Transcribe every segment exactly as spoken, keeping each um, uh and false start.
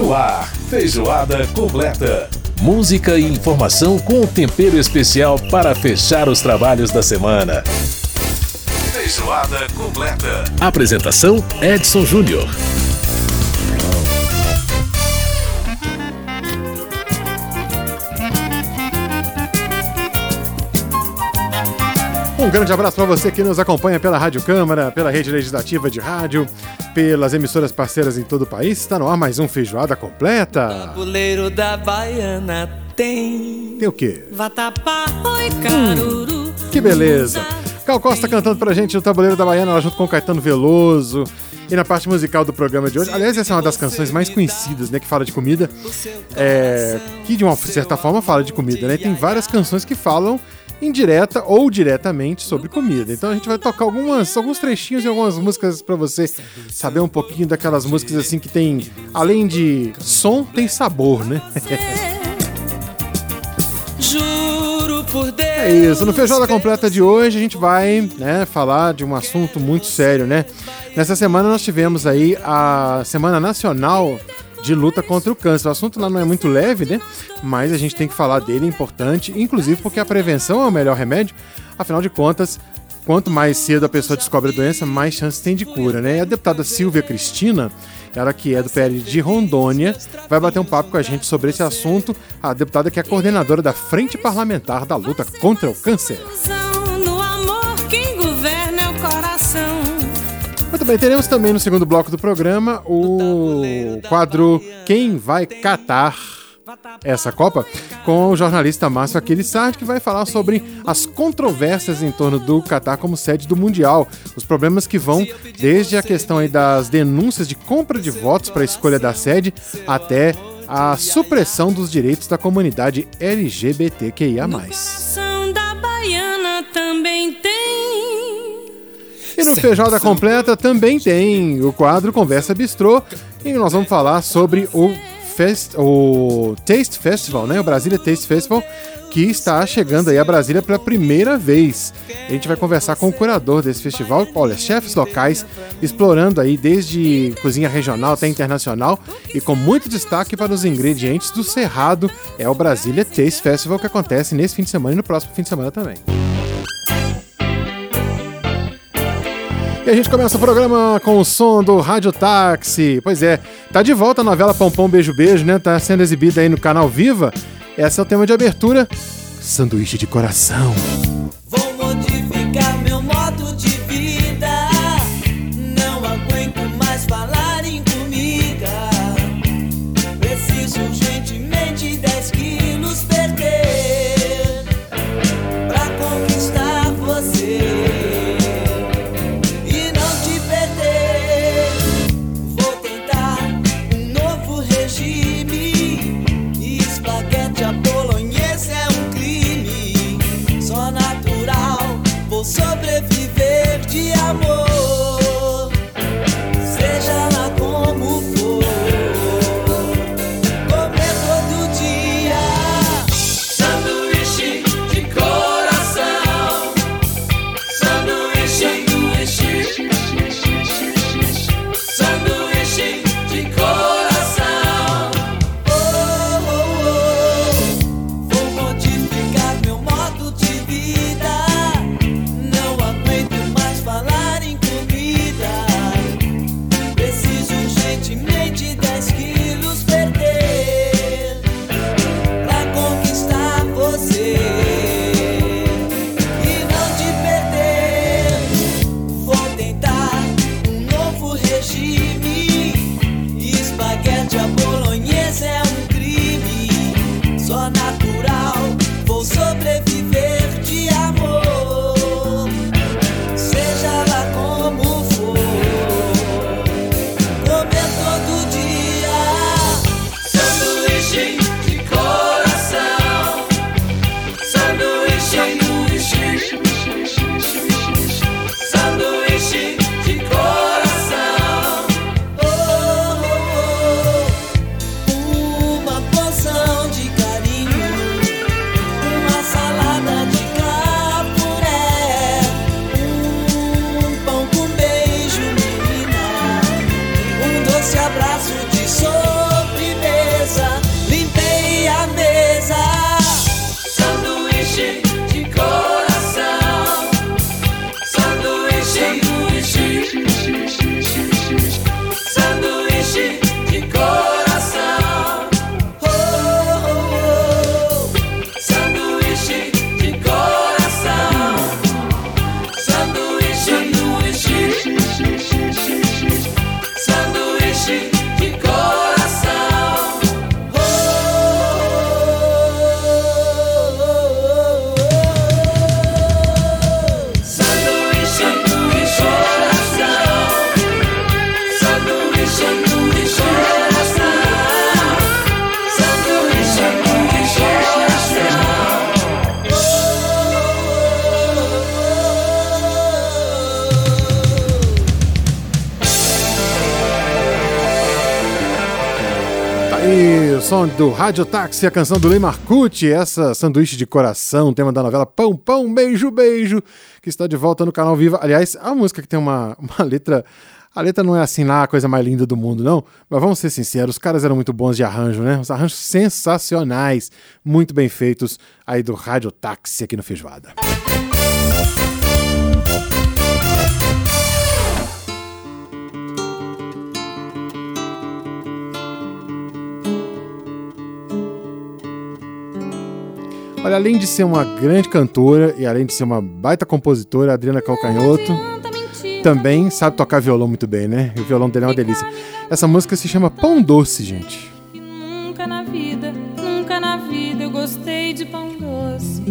No ar, Feijoada Completa. Música e informação com um tempero especial para fechar os trabalhos da semana. Feijoada Completa. Apresentação: Edson Júnior. Um grande abraço para você que nos acompanha pela Rádio Câmara, pela rede legislativa de rádio, pelas emissoras parceiras em todo o país. Está no ar mais um Feijoada Completa. Tabuleiro da Baiana tem... Tem o quê? Vatapá, oi, caruru. Hum, que beleza. Gal Costa cantando pra gente no Tabuleiro da Baiana, ela junto com o Caetano Veloso. E na parte musical do programa de hoje, aliás, essa é uma das canções mais conhecidas, né, que fala de comida, é, que de uma certa forma fala de comida, né? Tem várias canções que falam indireta ou diretamente sobre comida. Então a gente vai tocar algumas, alguns trechinhos e algumas músicas pra você saber um pouquinho daquelas músicas assim que tem, além de som, tem sabor, né? Juro por Deus. É isso, no Feijoada Completa de hoje a gente vai, né, falar de um assunto muito sério, né? Nessa semana nós tivemos aí a Semana Nacional de Luta contra o Câncer. O assunto lá não é muito leve, né? Mas a gente tem que falar dele, é importante, inclusive porque a prevenção é o melhor remédio. Afinal de contas, quanto mais cedo a pessoa descobre a doença, mais chances tem de cura, né? E a deputada Silvia Cristina, ela que é do P L de Rondônia, vai bater um papo com a gente sobre esse assunto. A deputada que é coordenadora da Frente Parlamentar da Luta contra o Câncer. No amor, quem governa é o coração. Muito bem, teremos também no segundo bloco do programa o quadro Quem Vai Catar Essa Copa, com o jornalista Márcio Aquilissardi, que vai falar sobre as controvérsias em torno do Catar como sede do Mundial, os problemas que vão desde a questão aí das denúncias de compra de votos para a escolha da sede até a supressão dos direitos da comunidade L G B T Q I A mais. Da Baiana também tem. E no Feijoada Completa também tem o quadro Conversa Bistrô, e nós vamos falar sobre o, Fest, o Taste Festival, né? O Brasília Taste Festival, que está chegando aí a Brasília pela primeira vez. A gente vai conversar com o curador desse festival, olha, chefes locais, explorando aí desde cozinha regional até internacional, e com muito destaque para os ingredientes do Cerrado. É o Brasília Taste Festival, que acontece nesse fim de semana e no próximo fim de semana também. E a gente começa o programa com o som do Rádio Táxi. Pois é, tá de volta a novela Pompom Beijo Beijo, né? Tá sendo exibida aí no canal Viva. Esse é o tema de abertura, Sanduíche de Coração. Vou modificar meu modo de vida. Não aguento mais falar em comida. Preciso urgentemente dez quilos perder pra conquistar você. Sobreviver de amor, seja lá como for, comer todo dia sanduíche de coração, sanduíche, sanduíche de coração. Oh, oh, oh. Vou modificar meu modo de vida. Falar em comida, preciso urgentemente dez quilos perder pra conquistar você e não te perder. Vou tentar um novo regime. Espaguete à bolonhesa é um crime, só natural. Vou sobreviver de amor. Sanduíche de coração. Oh, aí, o som do Rádio Táxi, a canção do Lei Marcucci, essa sanduíche de coração, tema da novela Pão, Pão, Beijo, Beijo, que está de volta no canal Viva. Aliás, a música que tem uma, uma letra, a letra não é assim lá a coisa mais linda do mundo, não, mas vamos ser sinceros, os caras eram muito bons de arranjo, né? Os arranjos sensacionais, muito bem feitos aí do Rádio Táxi aqui no Feijoada. Olha, além de ser uma grande cantora e além de ser uma baita compositora, a Adriana Calcanhoto também sabe tocar violão muito bem, né? E o violão dele é uma delícia. Essa música se chama Pão Doce, gente. Nunca na vida, nunca na vida eu gostei de pão doce.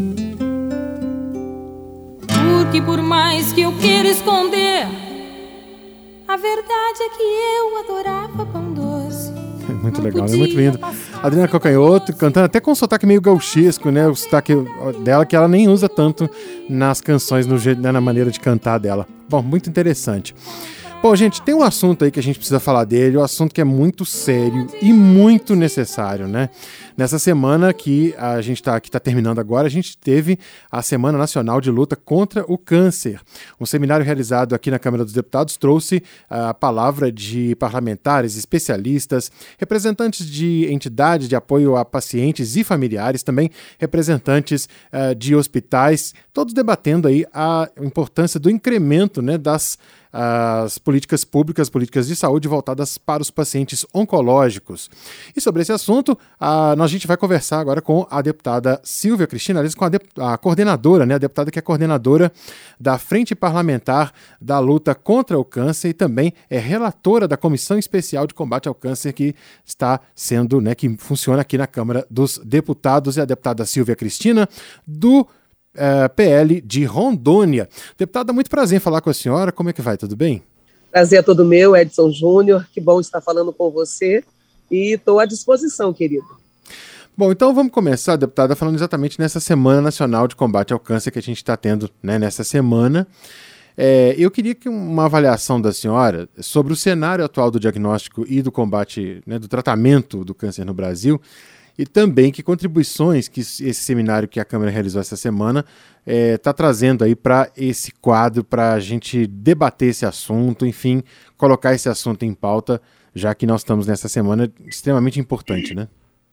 Porque por mais que eu queira esconder, a verdade é que eu adorava pão doce. Muito legal, é muito lindo. Adriana Calcanhoto cantando até com um sotaque meio gauchesco, né? O sotaque dela que ela nem usa tanto nas canções, no jeito, né? Na maneira de cantar dela. Bom, muito interessante. Bom, gente, tem um assunto aí que a gente precisa falar dele, um assunto que é muito sério e muito necessário, né? Nessa semana que a gente está que tá terminando agora, a gente teve a Semana Nacional de Luta contra o Câncer. Um seminário realizado aqui na Câmara dos Deputados trouxe a palavra de parlamentares, especialistas, representantes de entidades de apoio a pacientes e familiares, também representantes uh, de hospitais, todos debatendo aí a importância do incremento, né, das as políticas públicas, políticas de saúde voltadas para os pacientes oncológicos. E sobre esse assunto, a, a gente vai conversar agora com a deputada Silvia Cristina, aliás, com a, de, a coordenadora, né, a deputada que é coordenadora da Frente Parlamentar da Luta contra o Câncer e também é relatora da Comissão Especial de Combate ao Câncer que está sendo, né, que funciona aqui na Câmara dos Deputados, e a deputada Silvia Cristina, do Uh, P L de Rondônia. Deputada, muito prazer em falar com a senhora. Como é que vai? Tudo bem? Prazer é todo meu, Edson Júnior. Que bom estar falando com você e estou à disposição, querido. Bom, então vamos começar, deputada, falando exatamente nessa Semana Nacional de Combate ao Câncer que a gente está tendo, né, nessa semana. É, eu queria que uma avaliação da senhora sobre o cenário atual do diagnóstico e do combate, né, do tratamento do câncer no Brasil. E também que contribuições que esse seminário que a Câmara realizou essa semana está é, trazendo aí para esse quadro, para a gente debater esse assunto, enfim, colocar esse assunto em pauta, já que nós estamos nessa semana extremamente importante, né?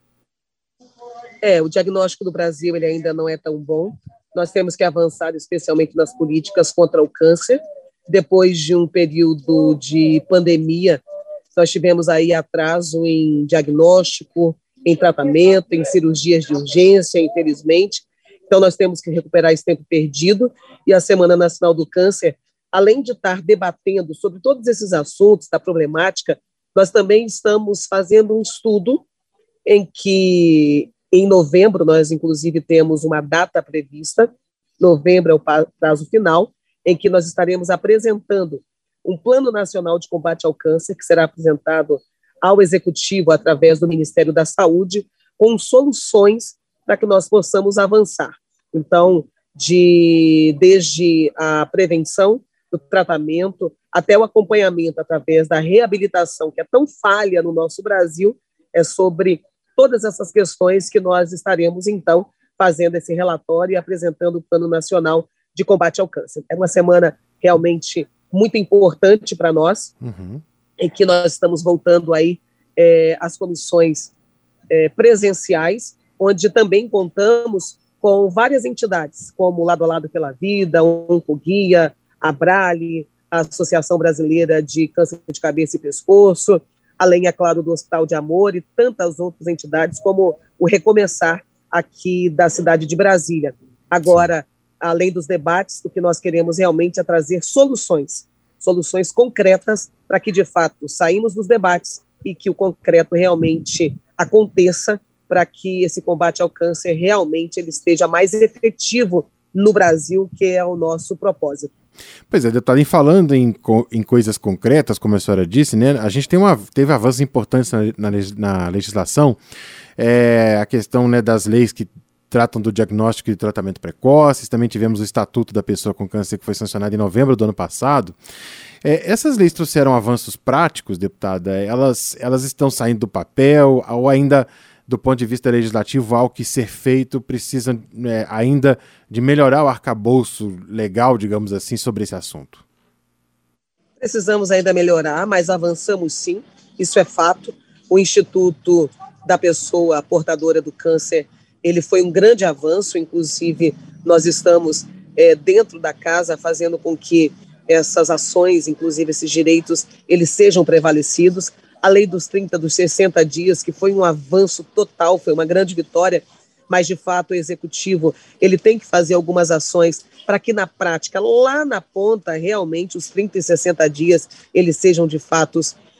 É, o diagnóstico do Brasil ele ainda não é tão bom. Nós temos que avançar, especialmente nas políticas contra o câncer. Depois de um período de pandemia, nós tivemos aí atraso em diagnóstico, em tratamento, em cirurgias de urgência, infelizmente. Então, nós temos que recuperar esse tempo perdido. E a Semana Nacional do Câncer, além de estar debatendo sobre todos esses assuntos da problemática, nós também estamos fazendo um estudo em que, em novembro, nós, inclusive, temos uma data prevista, novembro é o prazo final, em que nós estaremos apresentando um Plano Nacional de Combate ao Câncer, que será apresentado ao Executivo, através do Ministério da Saúde, com soluções para que nós possamos avançar. Então, de, desde a prevenção, do tratamento, até o acompanhamento através da reabilitação, que é tão falha no nosso Brasil, é sobre todas essas questões que nós estaremos, então, fazendo esse relatório e apresentando o Plano Nacional de Combate ao Câncer. É uma semana realmente muito importante para nós, uhum. em que nós estamos voltando aí é, às comissões é, presenciais, onde também contamos com várias entidades, como Lado a Lado pela Vida, Oncoguia, a Brale, a Associação Brasileira de Câncer de Cabeça e Pescoço, além, é claro, do Hospital de Amor e tantas outras entidades, como o Recomeçar, aqui da cidade de Brasília. Agora, além dos debates, o que nós queremos realmente é trazer soluções, soluções concretas para que, de fato, saímos dos debates e que o concreto realmente aconteça, para que esse combate ao câncer realmente ele esteja mais efetivo no Brasil, que é o nosso propósito. Pois é, deputado, em falando em, em coisas concretas, como a senhora disse, né, a gente tem uma, teve avanços importantes na, na, na legislação, é, a questão, né, das leis que tratam do diagnóstico e tratamento precoces. Também tivemos o Estatuto da Pessoa com Câncer, que foi sancionado em novembro do ano passado. É, essas leis trouxeram avanços práticos, deputada? Elas, elas estão saindo do papel ou ainda, do ponto de vista legislativo, algo que ser feito precisa é, ainda de melhorar o arcabouço legal, digamos assim, sobre esse assunto? Precisamos ainda melhorar, mas avançamos sim, isso é fato. O Instituto da Pessoa Portadora do Câncer, ele foi um grande avanço, inclusive nós estamos é, dentro da casa fazendo com que essas ações, inclusive esses direitos, eles sejam prevalecidos. A lei dos trinta, dos sessenta dias, que foi um avanço total, foi uma grande vitória, mas de fato o executivo ele tem que fazer algumas ações para que na prática, lá na ponta, realmente os trinta e sessenta dias, eles sejam de fato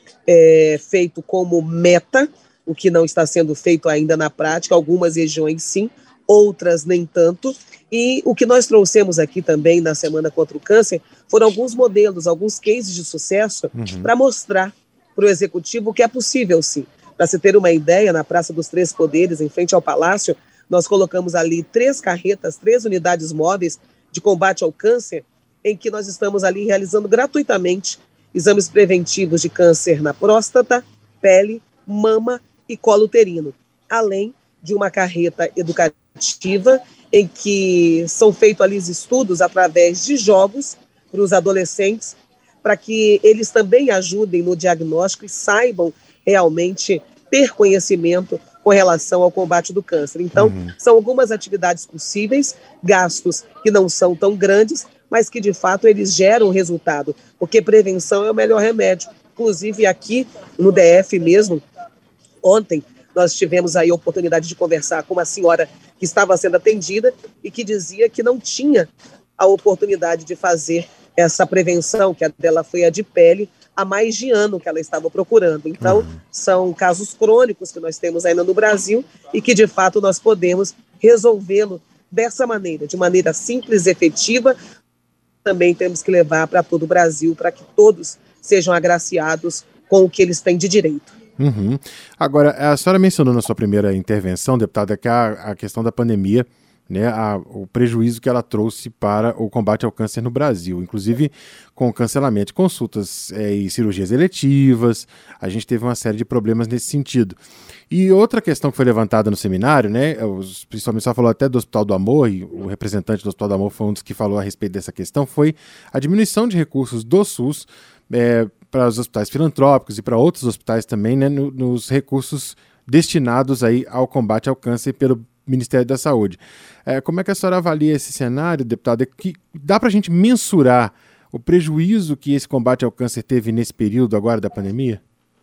é, feitos como meta, o que não está sendo feito ainda na prática, algumas regiões sim, outras nem tanto. E o que nós trouxemos aqui também na Semana contra o Câncer foram alguns modelos, alguns cases de sucesso uhum. para mostrar para o Executivo que é possível sim. Para se ter uma ideia, na Praça dos Três Poderes, em frente ao Palácio, nós colocamos ali três carretas, três unidades móveis de combate ao câncer, em que nós estamos ali realizando gratuitamente exames preventivos de câncer na próstata, pele, mama e colo uterino, além de uma carreta educativa em que são feitos ali estudos através de jogos para os adolescentes, para que eles também ajudem no diagnóstico e saibam realmente ter conhecimento com relação ao combate do câncer. Então, uhum. são algumas atividades possíveis, gastos que não são tão grandes, mas que de fato eles geram resultado, porque prevenção é o melhor remédio. Inclusive aqui no D F mesmo, ontem, nós tivemos aí a oportunidade de conversar com uma senhora que estava sendo atendida e que dizia que não tinha a oportunidade de fazer essa prevenção, que a dela foi a de pele, há mais de ano que ela estava procurando. Então, uhum. são casos crônicos que nós temos ainda no Brasil e que, de fato, nós podemos resolvê-lo dessa maneira, de maneira simples, efetiva. Também temos que levar para todo o Brasil, para que todos sejam agraciados com o que eles têm de direito. Uhum. Agora, a senhora mencionou na sua primeira intervenção, deputada, que a, a questão da pandemia, né, a, o prejuízo que ela trouxe para o combate ao câncer no Brasil, inclusive com o cancelamento de consultas é, e cirurgias eletivas. A gente teve uma série de problemas nesse sentido. E outra questão que foi levantada no seminário, né, os, principalmente só falou até do Hospital do Amor, e o representante do Hospital do Amor foi um dos que falou a respeito dessa questão, foi a diminuição de recursos do SUS é, para os hospitais filantrópicos e para outros hospitais também, né, no, nos recursos destinados aí ao combate ao câncer pelo Ministério da Saúde. É, como é que a senhora avalia esse cenário, deputada? Que dá para a gente mensurar o prejuízo que esse combate ao câncer teve nesse período agora da pandemia?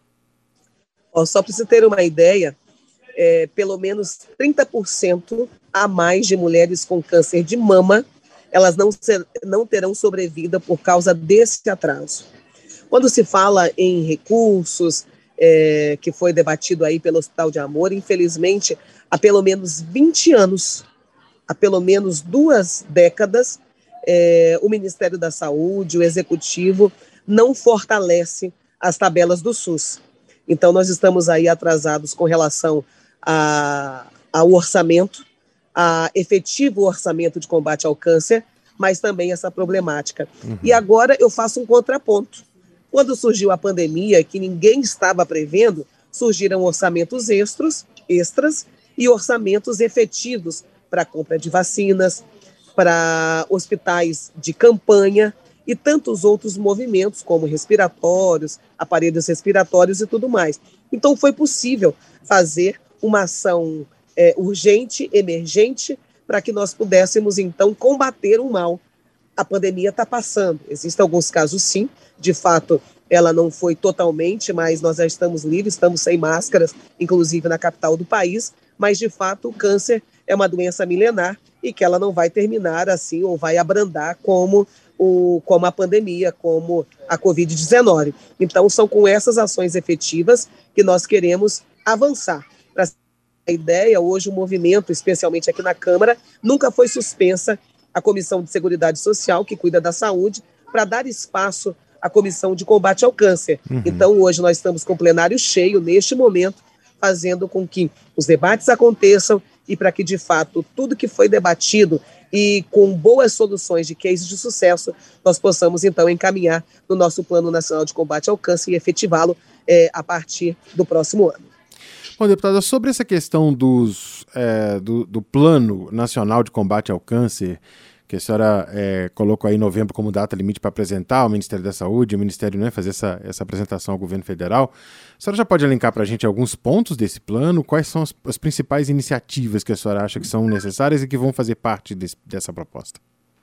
Oh, só para você ter uma ideia, é, pelo menos trinta por cento a mais de mulheres com câncer de mama, elas não, ser, não terão sobrevida por causa desse atraso. Quando se fala em recursos, é, que foi debatido aí pelo Hospital de Amor, infelizmente, há pelo menos vinte anos, há pelo menos duas décadas, é, o Ministério da Saúde, o Executivo, não fortalece as tabelas do SUS. Então, nós estamos aí atrasados com relação a, ao orçamento, a efetivo orçamento de combate ao câncer, mas também essa problemática. Uhum. E agora eu faço um contraponto. Quando surgiu a pandemia, que ninguém estava prevendo, surgiram orçamentos extras, extras e orçamentos efetivos para a compra de vacinas, para hospitais de campanha e tantos outros movimentos, como respiratórios, aparelhos respiratórios e tudo mais. Então, foi possível fazer uma ação é, urgente, emergente, para que nós pudéssemos, então, combater o mal. A pandemia está passando. Existem alguns casos, sim. De fato, ela não foi totalmente, mas nós já estamos livres, estamos sem máscaras, inclusive na capital do país. Mas, de fato, o câncer é uma doença milenar e que ela não vai terminar assim ou vai abrandar como, o, como a pandemia, como a covid dezenove. Então, são com essas ações efetivas que nós queremos avançar. Para a ideia, hoje o movimento, especialmente aqui na Câmara, nunca foi suspensa a Comissão de Seguridade Social, que cuida da saúde, para dar espaço à Comissão de Combate ao Câncer. Uhum. Então, hoje nós estamos com o plenário cheio, neste momento, fazendo com que os debates aconteçam e para que, de fato, tudo que foi debatido e com boas soluções de cases de sucesso, nós possamos, então, encaminhar no nosso Plano Nacional de Combate ao Câncer e efetivá-lo é, a partir do próximo ano. Bom, deputada, sobre essa questão dos, é, do, do Plano Nacional de Combate ao Câncer, que a senhora é, colocou aí em novembro como data limite para apresentar ao Ministério da Saúde, o Ministério, né, fazer essa, essa apresentação ao governo federal, a senhora já pode elencar para a gente alguns pontos desse plano? Quais são as, as principais iniciativas que a senhora acha que são necessárias e que vão fazer parte desse, dessa proposta?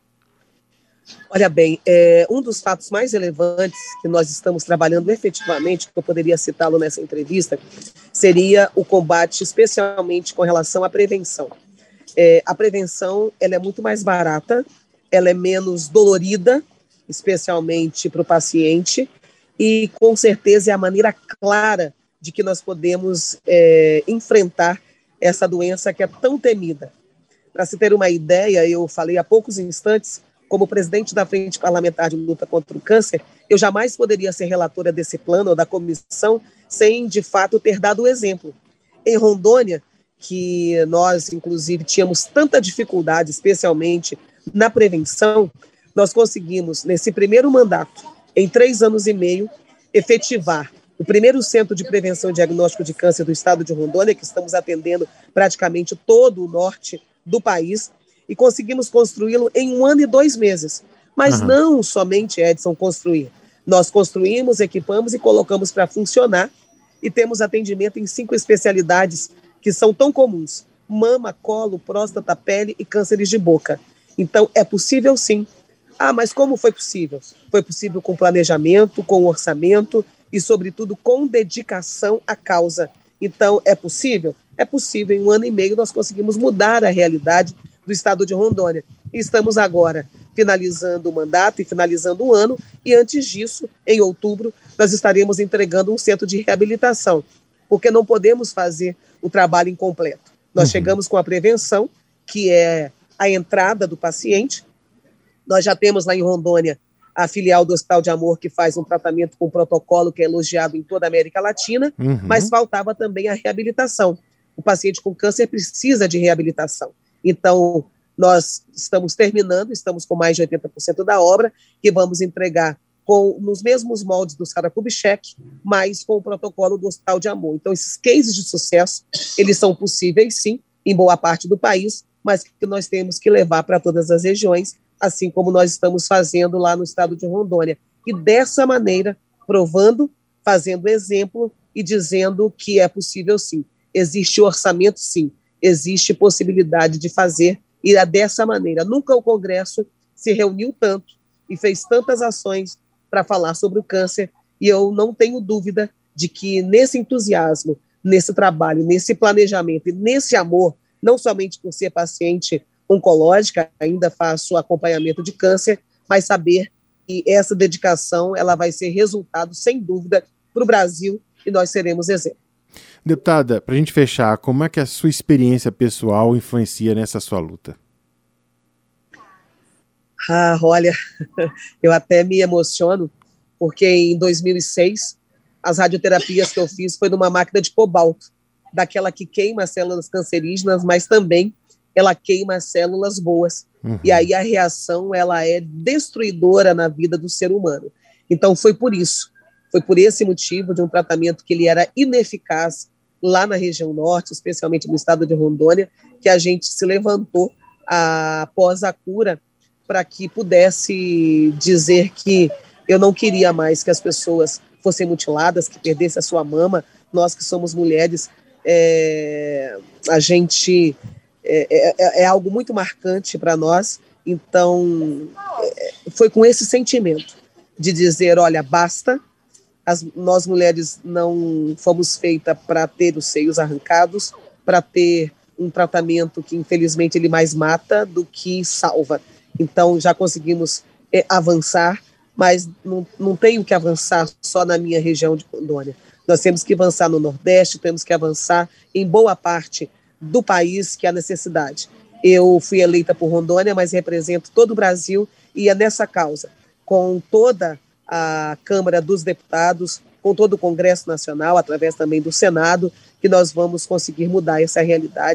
Olha bem, é, um dos fatos mais relevantes que nós estamos trabalhando efetivamente, que eu poderia citá-lo nessa entrevista, seria o combate especialmente com relação à prevenção. É, a prevenção ela é muito mais barata, ela é menos dolorida, especialmente para o paciente, e com certeza é a maneira clara de que nós podemos é, enfrentar essa doença que é tão temida. Para se ter uma ideia, eu falei há poucos instantes, como presidente da Frente Parlamentar de Luta contra o Câncer, eu jamais poderia ser relatora desse plano ou da comissão sem, de fato, ter dado o exemplo. Em Rondônia, que nós, inclusive, tínhamos tanta dificuldade, especialmente na prevenção, nós conseguimos, nesse primeiro mandato, em três anos e meio, efetivar o primeiro centro de prevenção e diagnóstico de câncer do estado de Rondônia, que estamos atendendo praticamente todo o norte do país, e conseguimos construí-lo em um ano e dois meses. Mas uhum. não somente, Edson, construir. Nós construímos, equipamos e colocamos para funcionar, e temos atendimento em cinco especialidades que são tão comuns: mama, colo, próstata, pele e cânceres de boca. Então, é possível sim. Ah, mas como foi possível? Foi possível com planejamento, com orçamento e, sobretudo, com dedicação à causa. Então, é possível? É possível. Em um ano e meio, nós conseguimos mudar a realidade do estado de Rondônia. E estamos agora finalizando o mandato e finalizando o ano, e antes disso, em outubro, nós estaremos entregando um centro de reabilitação, porque não podemos fazer o trabalho incompleto. Nós uhum. chegamos com a prevenção, que é a entrada do paciente. Nós já temos lá em Rondônia a filial do Hospital de Amor, que faz um tratamento com protocolo que é elogiado em toda a América Latina, uhum. mas faltava também a reabilitação. O paciente com câncer precisa de reabilitação. Então, nós estamos terminando, estamos com mais de oitenta por cento da obra, que vamos entregar com, nos mesmos moldes do Sara Kubitschek, mas com o protocolo do Hospital de Amor. Então, esses cases de sucesso, eles são possíveis, sim, em boa parte do país, mas que nós temos que levar para todas as regiões, assim como nós estamos fazendo lá no estado de Rondônia. E dessa maneira, provando, fazendo exemplo e dizendo que é possível, sim. Existe orçamento, sim. Existe possibilidade de fazer, e é dessa maneira. Nunca o Congresso se reuniu tanto e fez tantas ações para falar sobre o câncer, e eu não tenho dúvida de que nesse entusiasmo, nesse trabalho, nesse planejamento e nesse amor, não somente por ser paciente oncológica, ainda faço acompanhamento de câncer, mas saber que essa dedicação ela vai ser resultado, sem dúvida, para o Brasil, e nós seremos exemplo. Deputada, para a gente fechar, como é que a sua experiência pessoal influencia nessa sua luta? Ah, olha, eu até me emociono, porque em dois mil e seis, as radioterapias que eu fiz foi numa máquina de cobalto, daquela que queima as células cancerígenas, mas também ela queima as células boas. Uhum. E aí a reação ela é destruidora na vida do ser humano. Então foi por isso. Foi por esse motivo de um tratamento que ele era ineficaz lá na região norte, especialmente no estado de Rondônia, que a gente se levantou após a cura para que pudesse dizer que eu não queria mais que as pessoas fossem mutiladas, que perdessem a sua mama. Nós que somos mulheres, é, a gente é, é, é algo muito marcante para nós. Então, é, foi com esse sentimento de dizer, olha, basta. As, nós mulheres não fomos feitas para ter os seios arrancados, para ter um tratamento que infelizmente ele mais mata do que salva. Então já conseguimos é, avançar, mas não, não tenho que avançar só na minha região de Rondônia. Nós temos que avançar no Nordeste, temos que avançar em boa parte do país que há necessidade. Eu fui eleita por Rondônia, mas represento todo o Brasil, e é nessa causa, com toda a Câmara dos Deputados, com todo o Congresso Nacional, através também do Senado, que nós vamos conseguir mudar essa realidade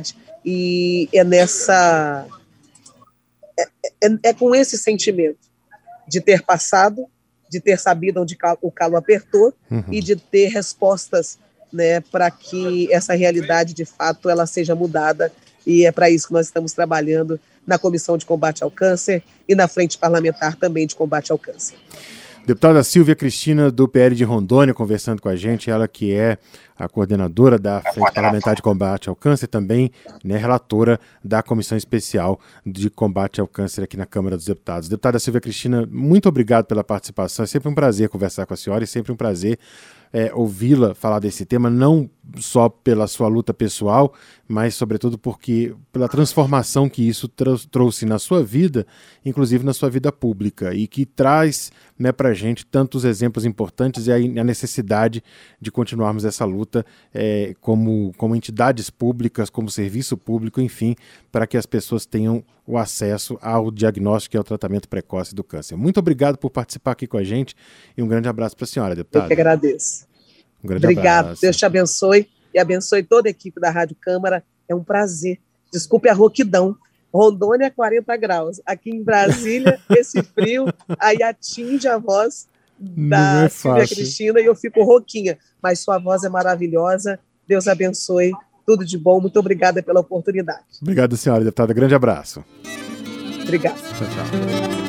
E é nessa... É, é, é com esse sentimento de ter passado, de ter sabido onde o calo apertou, uhum, e de ter respostas, né, para que essa realidade, de fato, ela seja mudada. E é para isso que nós estamos trabalhando na Comissão de Combate ao Câncer e na Frente Parlamentar também de Combate ao Câncer. Deputada Silvia Cristina, do P L de Rondônia, conversando com a gente, ela que é a coordenadora da Frente Parlamentar de Combate ao Câncer, também, né, relatora da Comissão Especial de Combate ao Câncer aqui na Câmara dos Deputados. Deputada Silvia Cristina, muito obrigado pela participação, é sempre um prazer conversar com a senhora e sempre um prazer é, ouvi-la falar desse tema, não só pela sua luta pessoal, mas sobretudo porque pela transformação que isso trou- trouxe na sua vida, inclusive na sua vida pública, e que traz, né, para a gente tantos exemplos importantes e a, a necessidade de continuarmos essa luta é, como, como entidades públicas, como serviço público, enfim, para que as pessoas tenham o acesso ao diagnóstico e ao tratamento precoce do câncer. Muito obrigado por participar aqui com a gente e um grande abraço para a senhora, deputada. Eu que agradeço. Um grande Obrigado, abraço. Deus te abençoe e abençoe toda a equipe da Rádio Câmara. É um prazer. Desculpe a rouquidão. Rondônia, quarenta graus. Aqui em Brasília, esse frio, aí atinge a voz da é Silvia Cristina e eu fico rouquinha. Mas sua voz é maravilhosa. Deus abençoe. Tudo de bom. Muito obrigada pela oportunidade. Obrigado, senhora deputada. Grande abraço. Obrigada. Tchau, tchau.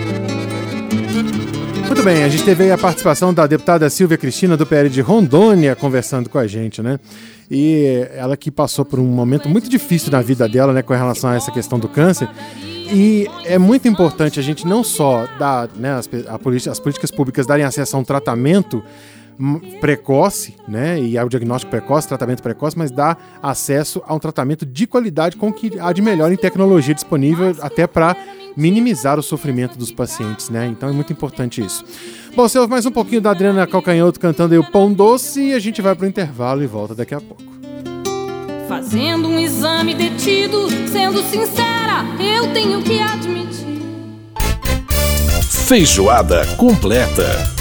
Muito bem, a gente teve aí a participação da deputada Silvia Cristina, do P L de Rondônia, conversando com a gente, né? E ela que passou por um momento muito difícil na vida dela, né, com relação a essa questão do câncer. E é muito importante a gente não só dar, né, as, a, as políticas públicas darem acesso a um tratamento precoce, né, e ao diagnóstico precoce, tratamento precoce, mas dar acesso a um tratamento de qualidade com o que há de melhor em tecnologia disponível, até para minimizar o sofrimento dos pacientes, né? Então é muito importante isso. Bom, você ouve mais um pouquinho da Adriana Calcanhoto cantando aí o Pão Doce e a gente vai pro intervalo e volta daqui a pouco. Fazendo um exame detido, sendo sincera, eu tenho que admitir. Feijoada completa.